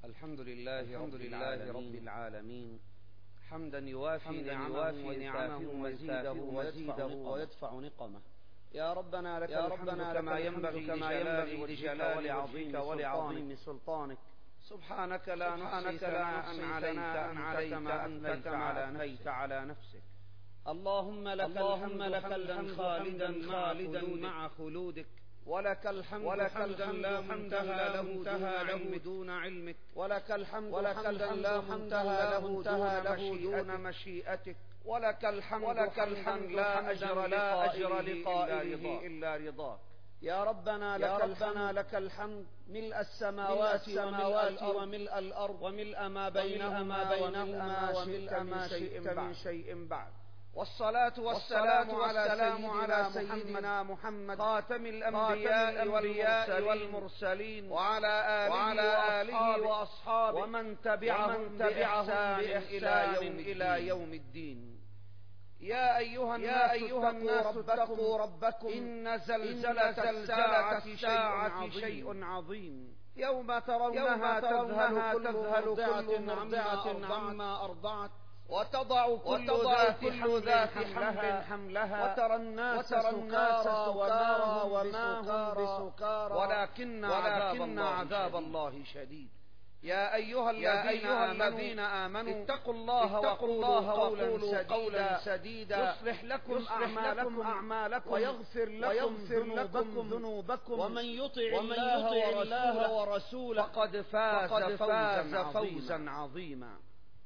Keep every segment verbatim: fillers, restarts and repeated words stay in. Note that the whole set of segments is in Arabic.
الحمد لله الحمد لله رب العالمين حمدا يوافي نعمه ونعمه ويزيده ويزيده ويدفع نقمه. يا ربنا لك الحمد كما ينبغي لجلال وجهك ولعظيم ولعظيم سلطانك. سبحانك لا نحصي ثناء عليك كما أثنيت على على نفسك. اللهم لك الحمد لك خالدا خالدا مع خلودك، ولك الحمد ولك الحمد لا منتهى له منتهى له دون علمك، ولك الحمد ولك الحمد لا منتهى له منتهى دون مشيئتك، ولك الحمد ولك الحمد لا أجر لا أجر لقائله إلا رضاك. يا ربنا لك ربنا لك الحمد ملء السماوات والأرض وملء الأرض وملء ما بينهما بينهما وملء ما شئت من شيء بعد. والصلاة والسلام على سيدنا محمد خاتم الأنبياء والمرسلين وعلى آله وأصحابه ومن تبعهم بإحسان إلى يوم الدين. يا أيها الناس اتقوا ربكم إن زلزلة الساعة شيء عظيم. يوم ترونها تذهل كل مرضعة عما أرضعت وتضع كل ذات حمل حملها وترى الناس سكارى وما هم بسكارى ولكن عذاب الله شديد. يا أيها الذين آمنوا اتقوا الله وقولوا قولا سديدا يصلح لكم أعمالكم ويغفر لكم ذنوبكم ومن يطع الله ورسوله فقد فاز فوزا عظيما.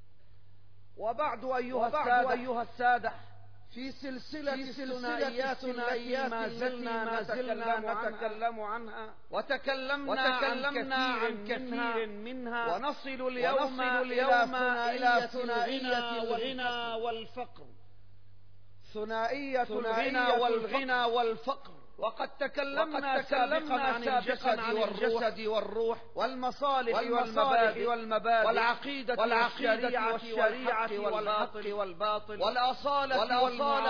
وبعد أيها السادة، في سلسلة الثنائيات التي ما زلنا نتكلم عنها وتكلمنا عن كثير منها، ونصل اليوم إلى ثنائية الغنى والفقر. ثنائية الغنى والغنى والفقر. وقد تكلمنا سابقا عن الجسد والروح والمصالح والمبادئ والعقيدة والشريعة والباطل والأصالة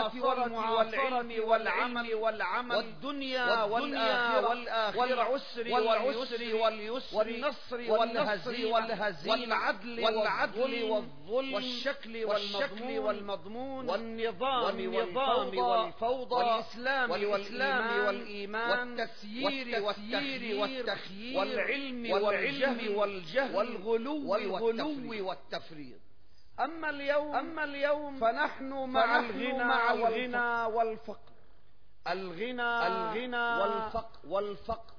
والعلم والعمل والدنيا والآخرة والعسر واليسر والهزيمة والعدل والظلم والشكل والمضمون والنظام والفوضى والإسلام والإيمان والتسيير والتخيير والعلم والجهل والغلو والتفريط. أما اليوم أما اليوم فنحن مع الغنى والفقر. الغنى الغنى والفقر والفقر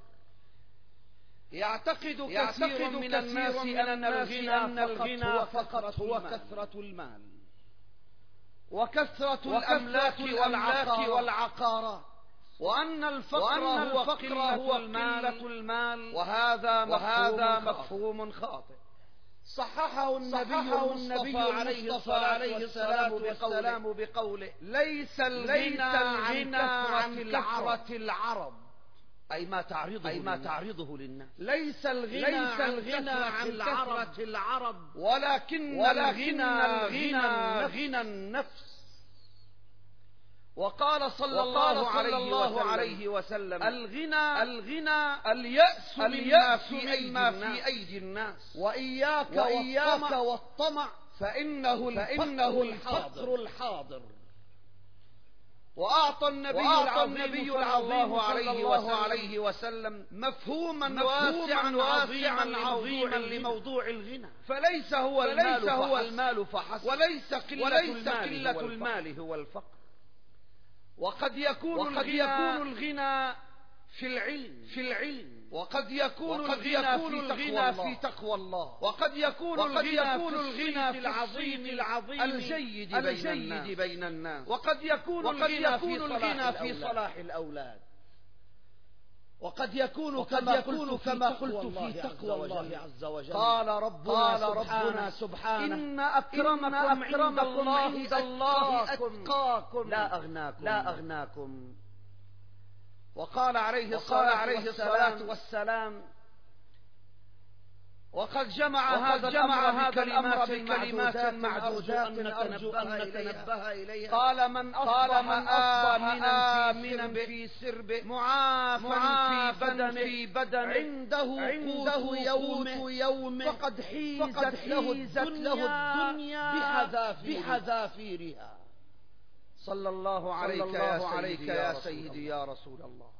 يعتقد كثير من الناس أن الغنى فقط هو كثرة المال وكثرة الأملاك والعقارات، وأن الفقر هو قلة المال، وهذا مفهوم خاطئ. صححه النبي عليه الصلاة والسلام بقوله: ليس الغنى عن كثرة العرب، أي ما تعرضه للناس. ليس الغنى عن كثرة العرب، ولكن الغنى غنى النفس. وقال صلى الله عليه وسلم: الغنى الغنى اليأس مما في أيدي الناس، وإياك والطمع فإنه الفقر الحاضر. وأعطى النبي العظيم صلى الله عليه وسلم مفهوما واسعا عظيما لموضوع الغنى. فليس هو المال فحسب، وليس قلة المال هو الفقر. وقد يكون الغنى في العلم في العلم وقد يكون الغنى في تقوى الله، وقد يكون الغنى في العظيم العظيم الجيد بين الناس، وقد يكون الغنى في صلاح الأولاد، وقد يكون كما قلت في تقوى الله عز وجل. قال ربنا سبحانه: إن أكرمكم عند الله أتقاكم لا أغناكم. وقال عليه الصلاة والسلام: وقد جمع هذا جمع بكلمات كلمات معدودات أرجو أن نتنبه إليها. قال من أصبح آمنا في سربه معافا في بدنه عنده عنده يوم يوم فقد حيزت له الدنيا بحذافيرها. صلى الله عليك يا سيدي يا رسول الله.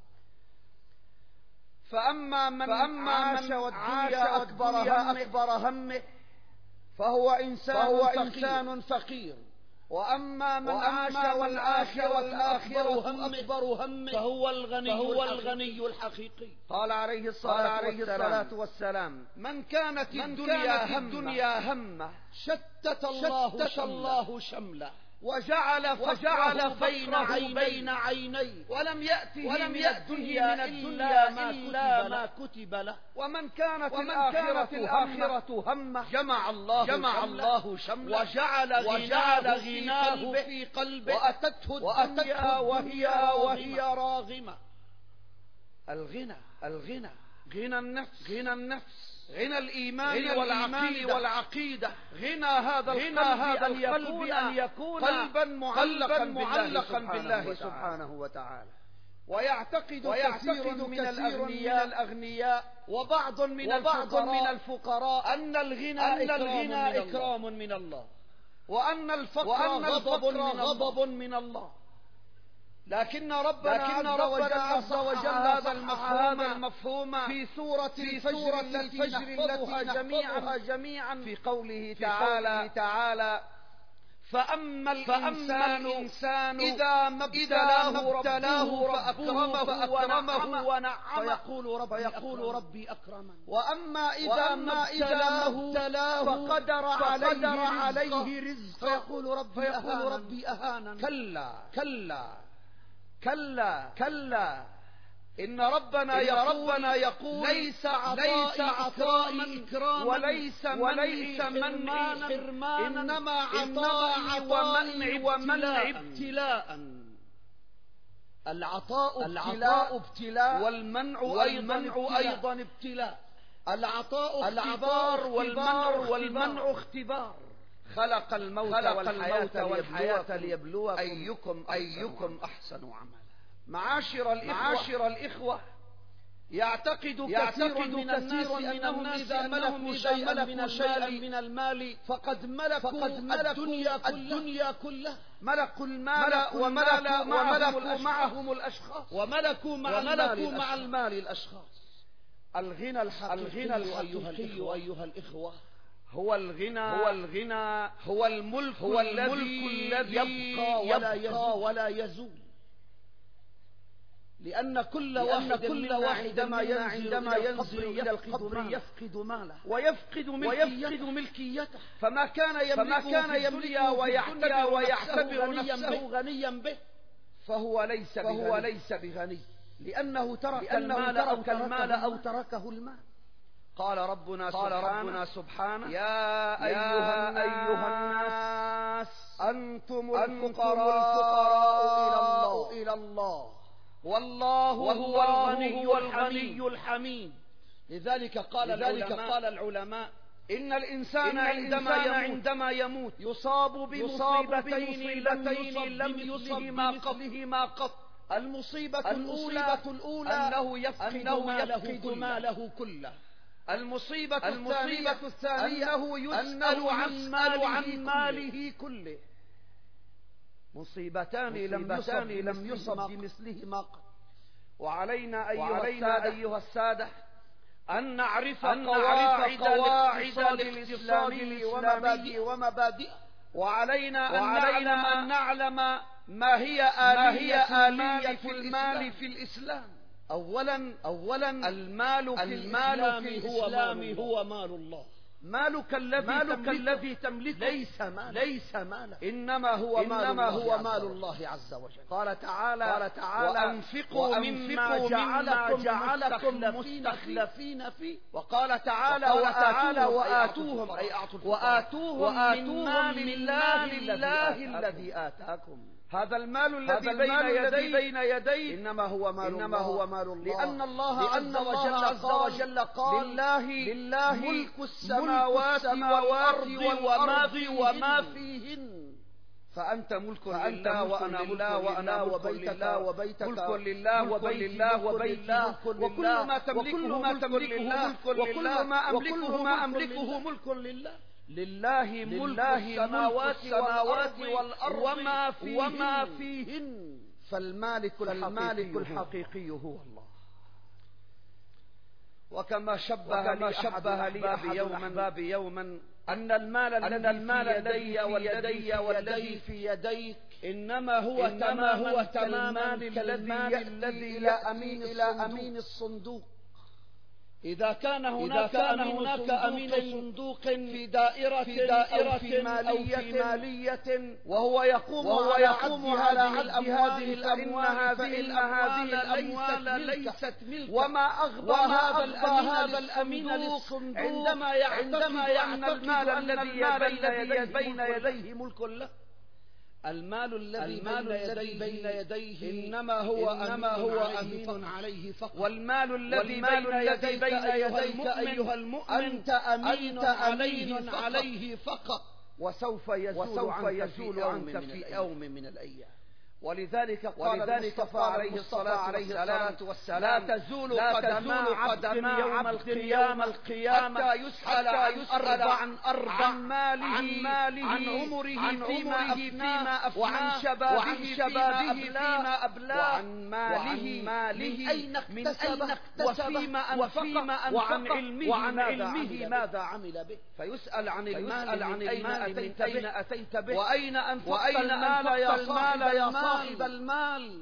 فأما من عاش والدنيا أكبر همه فهو إنسان فقير. وأما من عاش والآخرة أكبر همه فهو الغني الحقيقي. قال عليه الصلاة والسلام من كانت الدنيا همه شتت الله شمله وجعل فجعل بين عينيه ولم يأته ولم من الدنيا إلا ما كتب له. ومن كانت الآخرة همه جمع الله جمع الله شمله وجعل غناه في قلبه وأتته الدنيا وهي وهي راغمة. الغنى الغنى غنى النفس غنى النفس غنى الإيمان والعقيدة, والعقيدة غنى هذا القلب أن يكون قلبا معلقا, معلقا بالله سبحانه وتعالى. ويعتقد, ويعتقد من, الأغنياء من الأغنياء وبعض من, وبعض من الفقراء أن الغنى, أن الغنى إكرام من الله وأن الفقر غضب, غضب من الله. لكن ربنا, لكن ربنا عز وجل هذا المفهوم, المفهوم في سورة, في سورة الفجر التي نحفظها جميعا في قوله تعالى, تعالى فأما الإنسان, الإنسان إذا ما ابتلاه فأكرمه, فأكرمه ونعمه فيقول ربي, فيقول ربي أكرمن. وأما إذا ما ابتلاه فقدر عليه, عليه رزقه فيقول ربي, فيقول ربي أهانن. كلا كلا كلا كلا إن ربنا, إن ربنا يقول ليس عطائي إكراما وليس منعي حرمانا إنما عطائي ومنعي ومنع ابتلاء. العطاء ابتلاء, ابتلاء والمنع, والمنع أيضا ابتلاء. العطاء اختبار والمنع, والمنع اختبار. خلق الموت, خلق والحياة, والحياة ليبلوكم أيكم, أيكم أحسن عملا. معاشر الإخوة, معاشر الإخوة يعتقد, يعتقد كثير من الناس أنهم إذا ملكوا شيئا من المال, من المال فقد ملكوا, فقد ملكوا الدنيا, الدنيا كلها. ملكوا المال وملكوا, وملكوا معهم الأشخاص وملكوا مع, وملكوا مع المال الأشخاص. الغنى الحقيقي, الحقيقي أيها الإخوة هو الغنى, هو الغنى هو الملك, هو الملك الذي يبقى ولا, يبقى ولا يزول. لأن كل واحد, كل واحد عندما ينزل, عندما ينزل إلى القبر يفقد ماله ويفقد ملكيته, ملكيته. فما كان يملك ويعتبر, ويعتبر نفسه غنيا به فهو ليس, فهو ليس بغني لأنه ترك, لأنه المال, ترك أو المال أو تركه المال. قال ربنا, قال سبحانه, ربنا سبحانه يا أيها, أيها الناس أنتم الفقراء إلى الله والله هو الغني الحميد الحميد. لذلك قال, لذلك قال العلماء إن الإنسان, إن عندما, يموت عندما يموت يصاب بمصيبتين لم يصب بمثلهما قط. المصيبة الأولى, الأولى أنه يفقد, أنه يفقد ماله كله. المصيبة, المصيبة الثانية أنه يسأل عن ماله, عن ماله كله. مصيبتان لم يصب, لم يصب بمثلهما قط. وعلينا أيها, وعلينا أيها السادة أن نعرف, أن قواعد, قواعد الاقتصاد ومبادئ, ومبادئ. وعلينا, وعلينا أن نعلم ما هي آلية, آلية في المال في الإسلام. أولا, أولا المال في, المال في الإسلام هو مال الله. مالك الذي مالك الذي تملكه ليس مالك ليس مالك إنما هو مال إنما هو مال الله عز وجل. قال تعالى قال تعالى وأنفقوا مما جعلكم جعلكم مستخلفين فيه. وقال تعالى وآتوهم وآتوهم أي أعطوا وآتوهم من مال الله الذي آتاكم. هذا المال الذي بين يدي بين يدي إنما هو مال إنما الله هو مال الله لأن الله لأن عز وجل عز وجل قال لله لله ملك السماوات والأرض والأرض وما فيهن فأنت ملك لله وأنا ملك وأنا وبيتك وبيتك ملك لله وبيت لله وبيت وكل ما تملكه ما تملكه وكل ما أملكه ما أملكه ملك لله. لله ملك السماوات والأرض وما فيهن, وما فيهن فالمالك الحقيقي, الحقيقي هو الله. وكما شبه وكما شبه لي أحد الأحباب يوما أن المال الذي والذي والذي في يديك إنما هو إنما هو تماما كالمال الذي إلى أمين إلى أمين الصندوق. إذا كان هناك كان هناك أمين صندوق في دائرة في دائرة أو في مالية, أو في مالية وهو يقوم وهو يقوم على عد هذه الأموال فإن هذه الأموال ليست ملكا وما أغبى هذا الأمين للصندوق عندما عندما يعتقد المال الذي بين يديه ملك له. المال الذي المال الذي بين يديه إنما هو إنما هو أمين عليه فقط. والمال الذي بين يديك أيها المؤمن أنت أمين عليه, عليه فقط وسوف يزول, وسوف يزول عنك في يوم من الأيام. ولذلك قال المصطفى عليه الصلاة والسلام لا تزول قدم عبد يوم القيامة حتى يسأل عن أربع عن ماله عن عمره فيما أفناه وعن شبابه فيما أبلاه وعن ماله من أين اكتسبه وفيما أنفقه وعن علمه ماذا عمل به. فيسأل عن المال من أين أتيت به وأين أنفقت المال يا صاحب المال.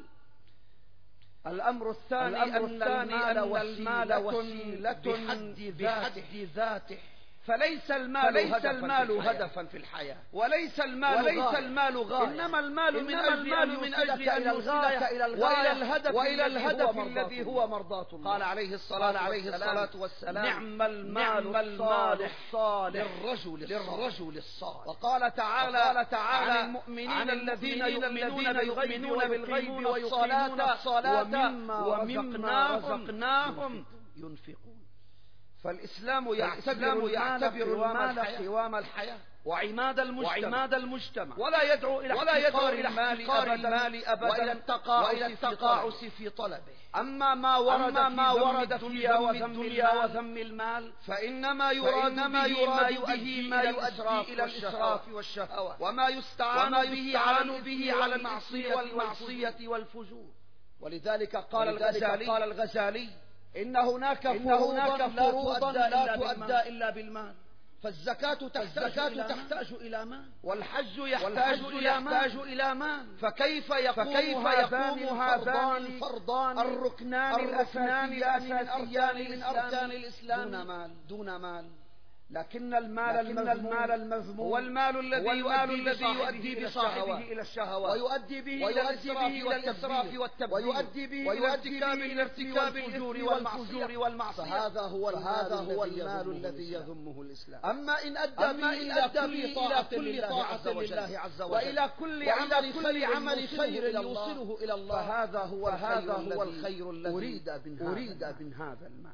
الأمر الثاني أن المال وسيلة بحد ذاته فليس المال ليس المال هدفا في الحياة وليس المال وليس المال غاية إنما المال من أجل من أجل أن يوصلك إلى الغاية الهدف وإلى الهدف الذي هو مرضاة الله. قال عليه الصلاة عليه الصلاة والسلام نعم المال الصالح للرجل للرجل الصالح. وقال تعالى قال تعالى عن المؤمنين الذين يؤمنون بالغيب ويقيمون الصلاة ومما رزقناهم ينفقون. فالإسلام يعتبر يعتبر المال قوام الحياة وعماد المجتمع, وعماد المجتمع ولا يدعو إلى ولا يدعو إلى احتقار المال أبدا وإلى التقاعس في طلبه. أما ما ورد أما في ورد في الدنيا وذم المال فإنما يراد ما يؤدي ما يؤدي إلى الإسراف والشهوات وما يستعان به على به على المعصية والمعصية والفجور. ولذلك قال الغزالي قال الغزالي إن هناك فروضا لا تؤدى إلا بالمال. فالزكاة تحتاج إلى مال والحج يحتاج إلى مال فكيف يقوم هذان فرضان الركنان الأساسيان من أركان الإسلام دون مال دون مال. لكن المال المال المذموم هو المال الذي يؤدي بصاحبه إلى الشهوات ويؤدي به إلى الإسراف والتبذير ويؤدي به إلى ارتكاب الفجور والمعصية. فهذا هو المال الذي يذمه الإسلام. أما إن أدى به إلى كل طاعة لله عز وجل وإلى كل عمل خير يوصله إلى الله فهذا هو الخير الذي أريد من هذا المال.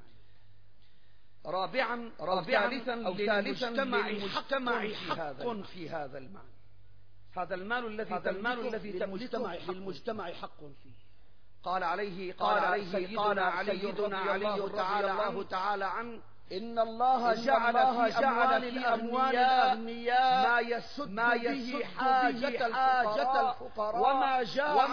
رابعا رابعا أو ثالثا حق في هذا المال. هذا المال الذي هذا المال الذي للمجتمع حق فيه. قال عليه قال عليه سيدنا علي رضي الله تعالى عنه إن الله جعل في أموال الأغنياء ما يسد به حاجة الفقراء وما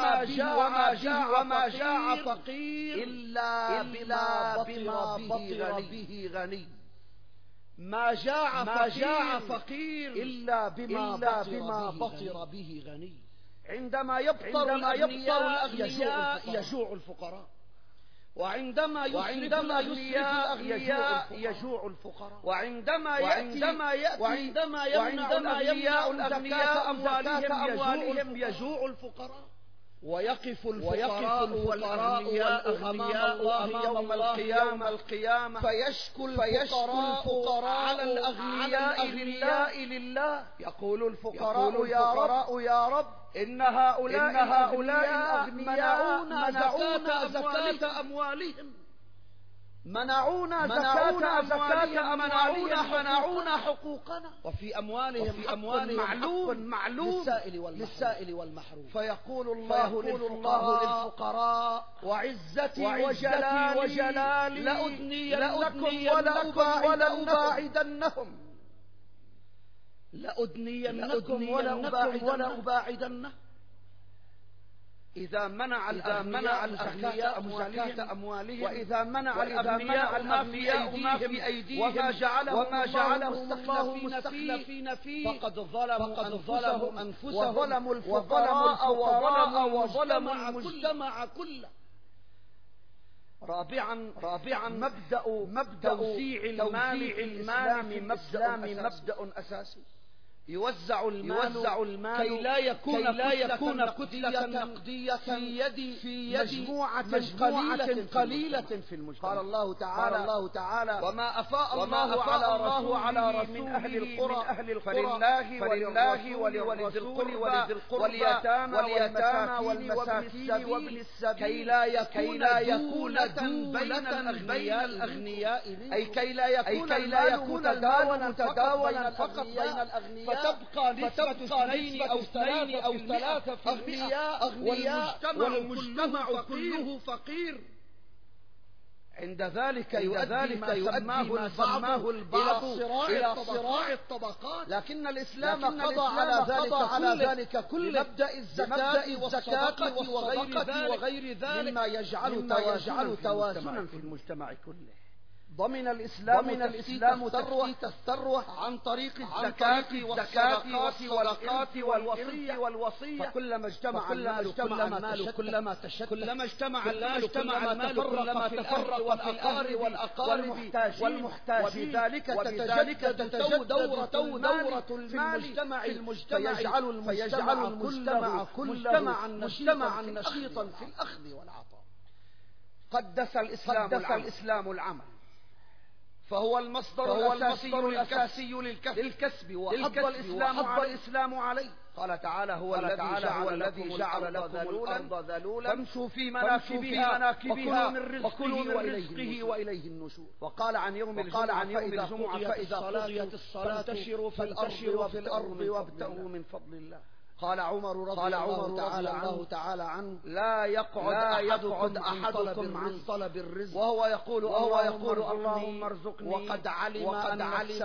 جاع فقير إلا بما بطر به غني. ما جاع فقير إلا بما بطر به غني. عندما يبطر الأغنياء يجوع الفقراء. وعندما يسرف الأغنياء يجوع الفقراء، وعندما يأتي وعندما يمنع الأغنياء أموالهم يجوع الفقراء، ويقف الفقراء والأغنياء أمام الله يوم القيامة فيشكو الفقراء على الأغنياء لله. يقول الفقراء يا رب إن هؤلاء الأغنياء منعونا زكاة أموالهم، منعونا زكاة أموالهم، منعونا حقوقنا، وفي أموالهم حق معلوم للسائل والمحروم. فيقول الله للفقراء وعزتي وجلالي لأدنينكم ولأباعدنهم، لأدنينكم ولأباعدنهم. إذا منع الأغنياء أموالهم، وإذا منع الأغنياء ما في أيديهم وما جعلهم الله مستخلفين فيه فقد ظلموا أنفسهم وظلموا الفقراء وظلموا المجتمع كله. رابعا رابعا مبدأ مبدأ توزيع المال الإسلامي مبدأ أساسي. يوزع المال, يوزع المال كي لا يكون, كي لا يكون كتلة نقدية في يد, في يد مجموعة, مجموعة قليلة, قليلة في المجتمع. قال الله تعالى, قال الله تعالى وما أفاء الله على رسوله من أهل القرى فلله وللذي القربى واليتامى والمساكين وابن السبيل كي لا يكون دولة بين الأغنياء، أي كي لا يكون متداولا فقط بين الأغنياء فتبقى نسبة اثنين أو ثلاثة أو ثلاثة في أغنياء والمجتمع كله فقير. عند ذلك يؤدي ما سماه البعض إلى صراع الطبقات. لكن الإسلام قضى على ذلك كله بمبدأ الزكاة والصدقة وغير ذلك مما يجعل توازنا في المجتمع كله. ضمن الإسلام ضمن الإسلام تثبيت الثروة عن طريق الزكاة والصدقات والوصية والوصية. فكلما اجتمع المال كلما تشتت، كلما اجتمع المال كلما تفرق والأقارب والمحتاجين، وبذلك تتجدد دورة المال في المجتمع فيجعل المجتمع كله مجتمعا نشيطا في الأخذ والعطاء. قدس الإسلام العمل فهو المصدر الأساسي للكسب وحض الإسلام عليه. قال تعالى هو الذي جعل لكم الأرض ذلولا فامشوا في مناكبها وكلوا من رزقه وإليه النشور. وقال عن يوم الجمعة فإذا قضيت الصلاة فانتشروا في الأرض وابتغوا من فضل الله. قال عمر رضي الله تعالى عنه لا يقعد أحدكم عن طلب الرزق وهو يقول اللهم ارزقني وقد علم أن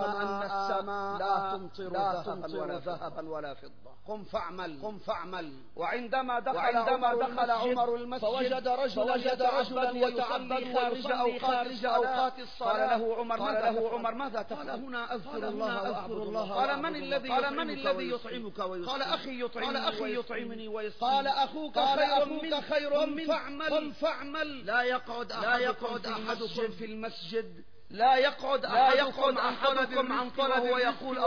السماء لا تمطر ذهبا ولا فضة. قم فاعمل قم فاعمل. وعندما دخل عمر المسجد فوجد رجلا يتعبد خارج أوقات الصلاة. قال له عمر ماذا تفعل؟ هنا أذكر الله. قال من الذي يطعمك ويسقيك؟ قال أخي يطعمني ويسقيني. قال أخوك خير منك قم فاعمل. لا يقعد أحدكم في المسجد لا يقعد أحدكم عن طلبه ويقول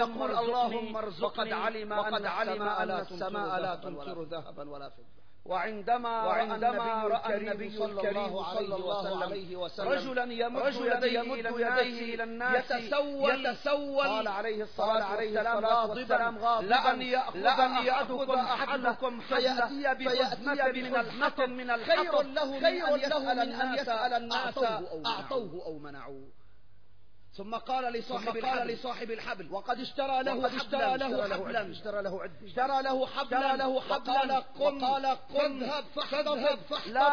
اللهم ارزقني وقد علم أن السماء لا تمطر ذهبا ولا فضة. وعندما رأى النبي الكريم صلى الله عليه وسلم رجلا يمد يديه إلى الناس يتسول قال عليه الصلاة والسلام غاضبا لأن يأخذ أحدكم فيأتي بحزمة من الحطب خير له من أن يسأل الناس أعطوه أو منعوه. ثم قال لصاحب الحبل وقد اشترى له حبلا اشترى له حبلا وقال قم فاذهب لا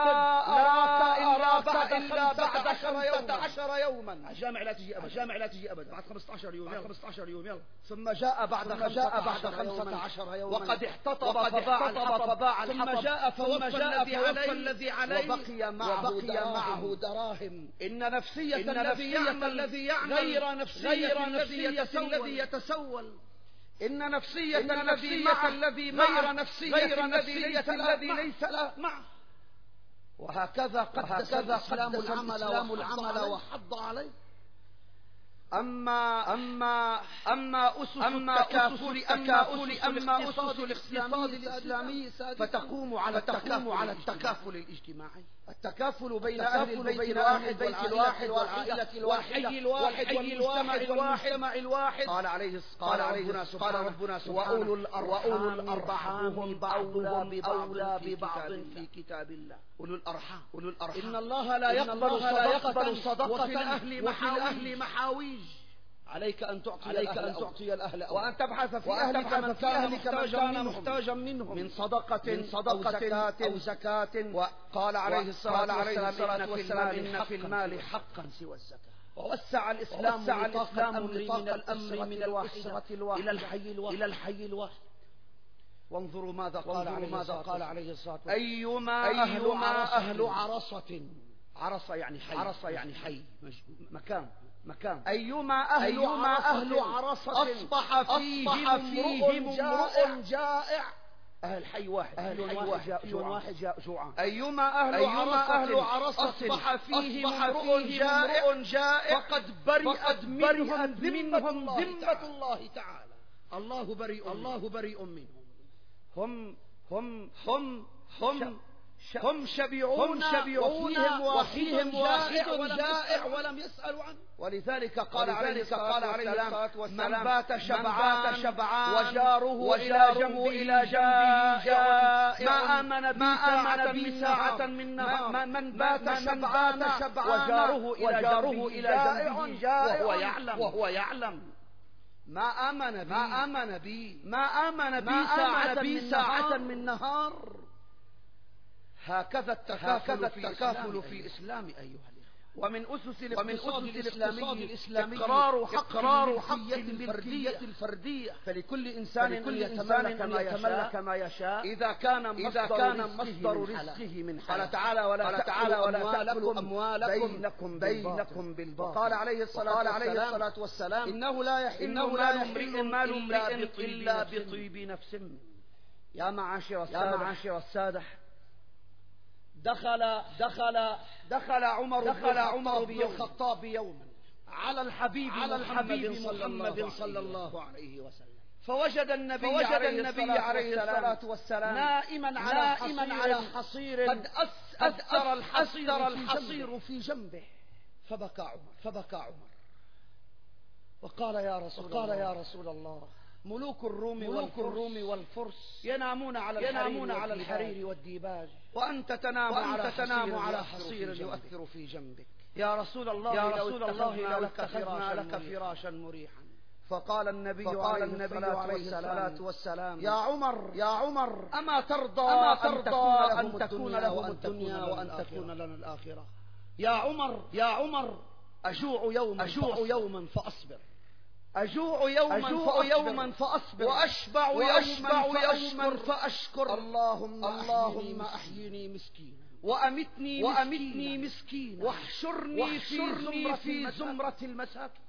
أراك إلا بعد خمسة عشر يوما. الجامع لا تجي أبدا بعد خمسة عشر يوم يلا. ثم جاء بعد خمسة عشر يوما وقد احتطب فباع الحطب. ثم جاء فوفى الذي عليه وبقي معه دراهم. إن نفسية الذي يعمل غير نفسية الذي يتسول. إن نفسية الذي غير نفسية الذي ليس له معه. وهكذا قدس الإسلام العمل وحض عليه. أما أما أما أسس التكافل أما أما أسس الاقتصاد الإسلامي فتقوم على التكافل على التكافل الاجتماعي، التكافل بين أهل البيت الواحد والعائلة الواحدة والمجتمع الواحد. قال عليه قال ربنا سبحانه وأولو الأرحام بعضهم أولى ببعض في كتاب الله. أولو الأرحام أولو الأرحام إن الله لا يقبل صدقة وفي الأهل محاويج. عليك أن تعطي عليك أن تعطي الأهل وأن تبحث في أهلك من كان محتاجا منهم من صدقة من صدقة أو زكاة. وقال عليه الصلاة والسلام إن في المال حقا سوى الزكاة. ووسع الإسلام نطاق الأمر من الأسرة الواحدة إلى الحي الواحد. وانظروا ماذا قال ماذا قال عليه الصلاة والسلام أيما أيما أهل عرصة. عرصة يعني حي عرصة يعني حي مكان مكان أيما أهل أيما أهل عرصة أصبح فيهم امرؤ جائع. أهل حي واحد أهل واحد واحد جوعان. أيما أهل أهل عرصة أصبح فيهم امرؤ جائع فقد برئت منهم ذمة الله تعالى. الله بريء الله بريء منهم. هم هم هم هم هم شبعون وفيهم وفيهم واحد جائع ولم يسألوا عنه. ولذلك قال عليه الصلاة والسلام من بات شبعان وجاره إلى جنبه جائع ما آمن بي ساعة من نهار. من بات شبعان وجاره إلى جنبه جائع وهو يعلم ما آمن بي ما آمن بي ما آمن بي ساعة من نهار. هكذا التكافل في التكافل في الإسلام أيها الإخوة. ومن أسس الاقتصاد الإسلامي إقرار حق بالفردية الفردية. فلكل إنسان أن يتملك ما يشاء إذا كان مصدر رزقه من حلال. قال تعالى ولا تأكلوا أموالكم بينكم بالباطل. قال عليه الصلاة والسلام إنه لا يحل مال امرئ إلا بطيب نفس. يا معاشر السادة دخل دخل دخل عمر دخل عمر بن الخطاب يوما على الحبيب على الحبيب محمد صلى الله عليه وسلم فوجد النبي فوجد النبي عليه الصلاة والسلام نائما على نائما على حصير قد أثر الحصير الحصير في جنبه. فبكى عمر فبكى عمر وقال يا رسول وقال الله يا رسول الله ملوك الروم ملوك الروم والفرس ينامون على ينامون على الحرير والديباج وأنت تنام وأنت تنام على حصير يؤثر في جنبك. يا رسول الله يا رسول الله لو اتخذنا لك فراشا مريحا. فقال النبي فقال النبي عليه الصلاة والسلام يا عمر يا عمر أما ترضى أما ترضى أن تكون لهم الدنيا وأن تكون لنا الآخرة. يا عمر يا عمر أجوع يوما أجوع يوما فأصبر أجوع يوما أجوع يوما فأصبر وأشبع وأشبع يوما فأشكر. اللهم اللهم أحيني مسكينا وأمتني وأمتني مسكينا واحشرني في في زمرة المساكين.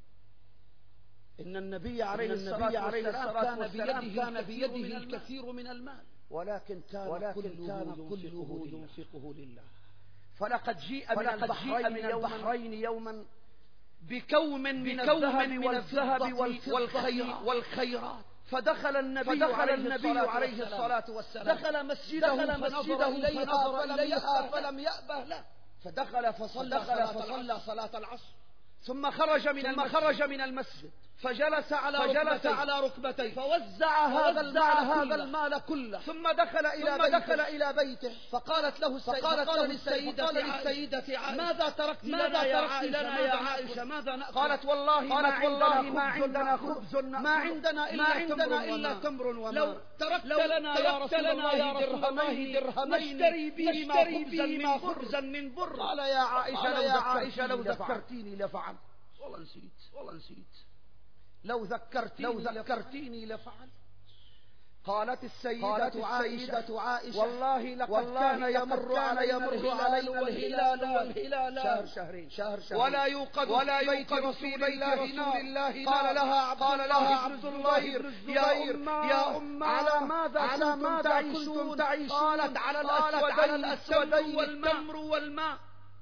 إن النبي عليه الصلاة والسلام كان بيده الكثير من المال ولكن كان كله ينفقه لله. فلقد جيء من البحرين يوما بكوم من الذهب والخيرات. فدخل النبي, فدخل النبي عليه الصلاة والسلام دخل مسجده فنظر إليها فلم يأبه له. فدخل فصلى فصلى صلاة العصر ثم خرج من ثم خرج من المسجد فجلس على فجلس على ركبتيه فوزع هذا المال هذا المال كله. ثم دخل إلى ثم دخل إلى بيته فقالت له فقالت له السيدة للسيدة عائشة ماذا تركت لنا يا عائشة ماذا نأكل؟ قالت والله قالت والله ما عندنا خبز ما عندنا إلا إلا تمر وماء. لو تركت لنا يا رسول الله درهمين نشتري بهما خبزا من بر. قال يا عائشة لو ذكرتيني لفعلت. والله نسيت والله نسيت لو ذكرتيني, لو ذكرتيني لفعل. قالت السيدة, قالت السيدة عائشة, عائشة والله لقد والله كان يمر علينا الهلال والهلال والهلال شهر شهرين شهر شهرين ولا يوقد ولا في بيت يوقد رسول في بيت الله رسول نار. الله قال نار. لها عبد قال الله لها عبد عبد الله الله بن بن يا الزبير أمه يا أمه على ماذا على كنتم ماذا تعيشون؟ كنتم تعيشون؟ قالت على قالت على الأسودين التمر والماء.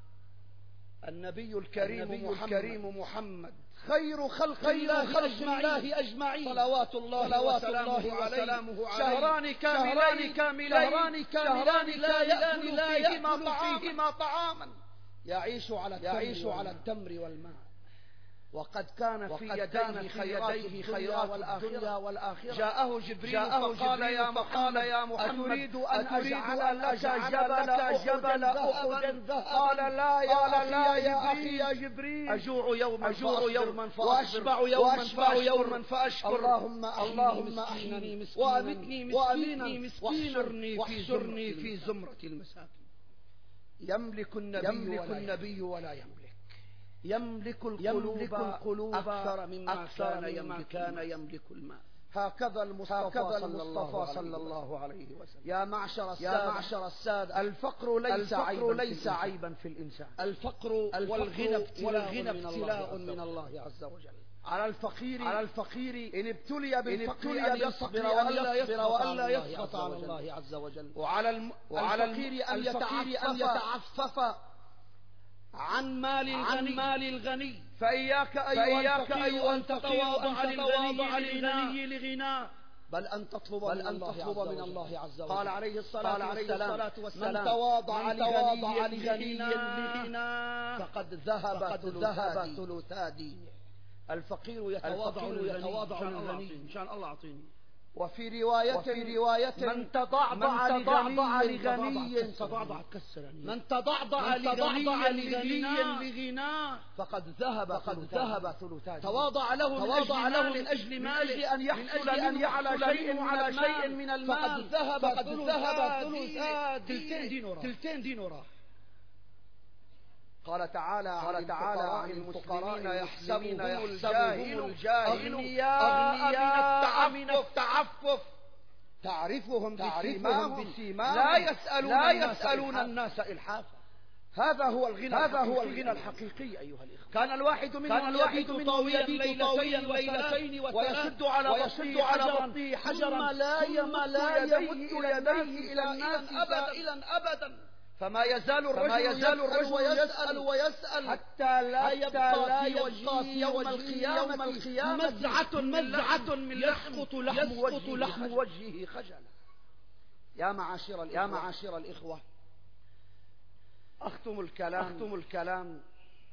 النبي الكريم, النبي محمد, الكريم محمد خير خلق خير الله خلق أجمعين, الله أجمعين صلوات الله صلوات وسلامه الله عليه. وسلامه عليه. شهران كاملين كاملين شهران لا يأكل لا فيهما يأكل طعاما فيهما طعاما يعيش على يعيش على التمر والماء. وقد كان في يديه خيرات خيرات الدنيا والآخرة. جاءه جبريل جاءه فقال جبريل يا فقال محمد يا محمد أتريد أن أتريد أجعل أن لك أجعل لك جبل أحد ذهبا؟ قال لا يا قال أخي لا يا يا أخي أخي يا يا جبريل أجوع يوما أجوع يوما وأشبع يوما وأشبع يوما فأشكر. فأشكر. اللهم اللهم أحيني أحيني مسكينا وأمتني وأمتني مسكينا مسكينا واحشرني في زمرة المساكين. يملك النبي يملك ولا النبي ولا يملك يملك يملك القلوب, القلوب أكثر مما أكثر كان, مما يملك, كان يملك الماء. هكذا المصطفى, هكذا صلى, الله المصطفى صلى الله عليه وسلم. يا معشر يا السادة, معشر السادة الفقر ليس, الفقر عيبا, ليس في عيبا في الإنسان. الفقر والغنى والغنى ابتلاء من من الله الله عز وجل. على الفقير على الفقير إن ابتلي بالفقر ابتلي أن يصبر وألا يسخط وألا على يسخط على الله الله عز وجل. وعلى الم... وعلى الفقير أن الفقير أن يتعفف يتعفف عن مال الغني, عن مال الغني. فإياك أيها فإياك الفقير أيها أن تتواضع تتواضع للغني للغنى لغنى بل أن تطلب, بل من, أن الله تطلب من الله عز وجل. قال عليه الصلاة, قال عليه الصلاة والسلام من تواضع تواضع لغني لغنى فقد ذهب فقد ذهب ثلثا دينه. الفقير يتواضع يتواضع للغني. إن شاء الله أعطيني. وفي رواية وفي رواية من تضعضع لغني لغني تضعضع كسر من تضعضع لغني لغنى فقد ذهب فقد ذهب ثلثا. تواضع له تواضع له من أجل من أجل أن يحصل أن على شيء على شيء من المال فقد ذهب فقد ذهب ثلثا تلتين دين وراه تلتين دين وراه. قال تعالى قال تعالى عن المفقرين يحسبهم يحسبهم الجاهل أغنياء من التعفف تعرفهم تعرفهم بسيماهم لا يسألون لا الناس يسألون إلحافا. الناس إلحافا. هذا هو الغنى هذا هو الحقيقي. الغنى الحقيقي أيها الإخوة. كان الواحد منهم كان الواحد يبيت منهم طاويا يبيت ليلتين طاويا ليلتين ليلتين ويشد على ويشد بطنه على حجرا بطنه حجرا ثم لا ثم يمد لا يديه يمد إلى الناس يديه إلى الناس أبدا أبدا أبدا. فما يزال فما الرجل يزال الرجل يسأل ويسأل حتى لا حتى يبقى لا في يبقى وجهه في يوم القيامة يوم القيامة مزعة مزعة من من لحم يسقط لحم يسقط وجهه لحم خجلا. وجهه خجلا. يا معاشر الإخوة, يا معاشر الإخوة أختم الكلام أختم الكلام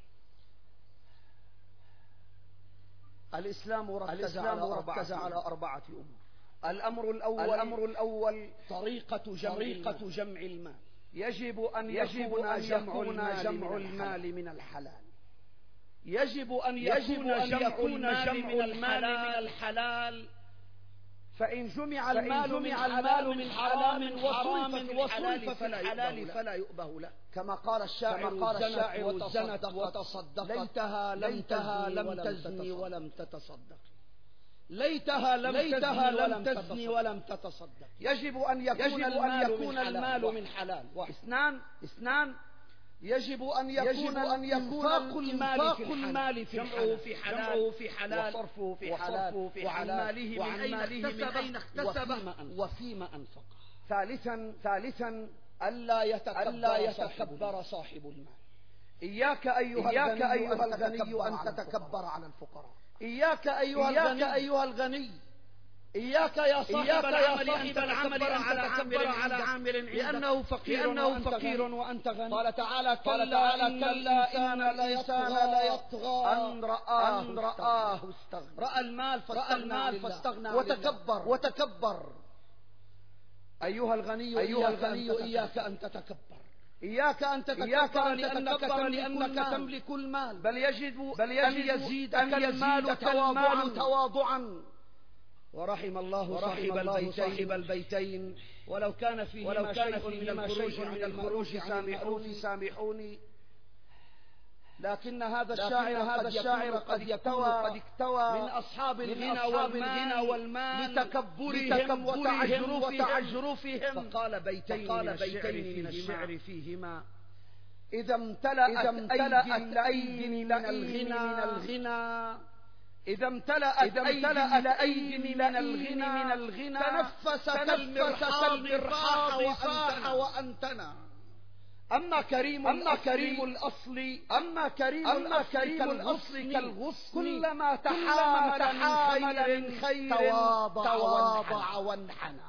الإسلام ركز, الإسلام على, ركز أربعة على أربعة أمور. الأمر الأول الأمر الأول طريقة جمع طريقة المال. جمع المال. يجب أن يجب يكون أن جمع يكون المال, جمع من, المال الحلال. من الحلال. يجب أن يجب يكون أن جمع يكون المال جمع من المال الحلال. من الحلال. فإن جمع فإن المال من جمع حلال المال من من حرام حرام وصرف في وصرف في الحلال الحلال فلا يؤبه له. كما قال الشاعر كما قال الشاعر وزنت وتصدقت وتصدقت ليتها لم ليتها تزني لم ولم تزني تتصدق. ولم تتصدق. ليتها لم ليتها تزني لم ولم تزني تزني ولم تتصدق. يجب أن يكون يجب أن المال يكون من حلال. المال من حلال. واحد. اثنان اثنان يجب أن يكون يجب أن يكون إنفاق المال إنفاق في الحلال. المال في جمعه الحلال. في حلال جمعه في حلال وصرفه في وصرفه حلال في وعن حلال ماله وعن من أين ماله اكتسب من أين اكتسب وفيما أنفق. وفيما أنفق. ثالثا ثالثا ألا يتكبر, ألا صاحب يتكبر صاحب المال. إياك أيها إياك الغني أيها أن الغني تتكبر أن على تتكبر على الفقراء. إياك أيها إياك الغني أيها الغني إياك يا صاحب إياك يا العمل صاحب أن العمل تتكبر أن على تتكبر عامل على عندك عامل عندك لأنه فقير لأنه وأنت فقير غني. وأنت غني. قال تعالى قال كلا تعالى إن كلا الإنسان إن ليطغى الإنسان ليطغى أن رآه أن رآه استغنى. رأى المال رأى فاستغنى المال عن الله. فاستغنى عن وتكبر الله. وتكبر. أيها الغني أيها إياك الغني أن إياك أن تتكبر. إياك أن إياك تتكبر أن لأنك تتكبر تملك لأنك المال. تملك المال. بل يجب بل أن يجب يزيدك أن المال يزيدك تواضعا المال تواضعا. ورحم الله ورحم صاحب الله البيتين صاحب البيتين ولو كان فيهما ولو كان شيء من فيهما الخروج شيء عن من الخروج الخروج عن المألوف سامحوني سامحوني لكن هذا الشاعر هذا الشاعر قد يكون قد اكتوى من أصحاب الغنى والمال, والمال لتكبرهم وتعجرفهم فقال بيتين فقال من بيتين من الشعر الشعر فيهما إذا امتلأت أيدي من الغنى الغنى إذا امتلأت أيدي من الغنى من الغنى تنفس كالمرحاض صاح وأنتنى. أما كريم أما كريم الأصل أما كريم الأصل كالغصن كلما تحامل من خير تواضع وانحنى.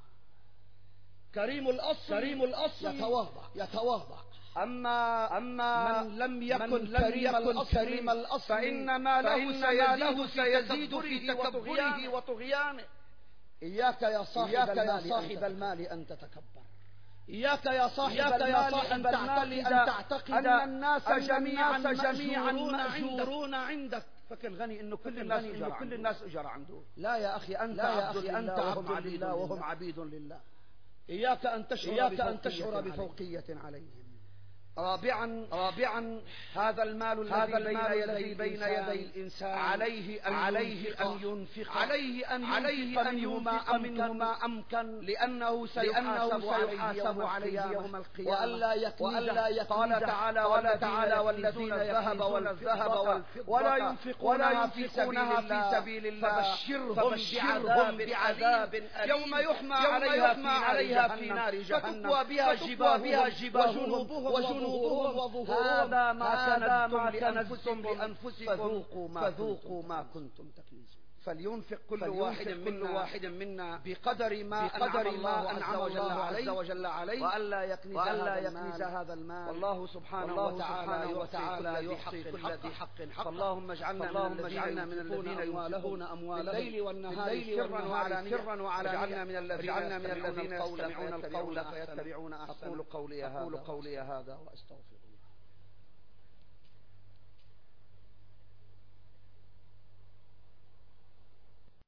كريم الأصل كريم الأصل يتواضع يتواضع أما أما من لم يكن من لم يكن كريم الأصل فإنما له سيزيد في تكبره وطغيانه. إياك يا صاحب المال أن تتكبر. إياك يا صاحب المال أن تعتقد أن الناس جميعا جميعا مأجورون عندك. فكر الغني إنه كل الناس إنه كل الناس أجر عنده. لا يا أخي أنت عبد لله وهم عبيد لله. إياك أن تشعر بفوقية عليهم. رابعا رابعا هذا المال هذا الذي المال بين, بين يدي الإنسان عليه أن عليه أن ينفق عليه أن ينفق منه ما منه ما أمكن لأنه سيحاسب عليه يوم القيامة وألا يكنز. قال تعالى ولا تعالى والذين الذهب والفضة ولا ينفقونها في سبيل الله فبشرهم بعذاب يوم يحمى عليها في نار جهنم فتكوى بها جباههم وجنوبهم هذا ما كنتم لأنفسكم فذوقوا ما كنتم تكنزون. فلينفق كل واحد منا واحد منا بقدر ما أنعم الله عز وجل عليه وألا يكنز هذا المال. والله سبحانه وتعالى يحصي كل ذي حق حق. اللهم اجعلنا من الذين ينفقون أموالهم بالليل والنهار سرا وعلانية من الذين يستمعون القول فيتبعون أحسنه. أقول قولي هذا وأستغفر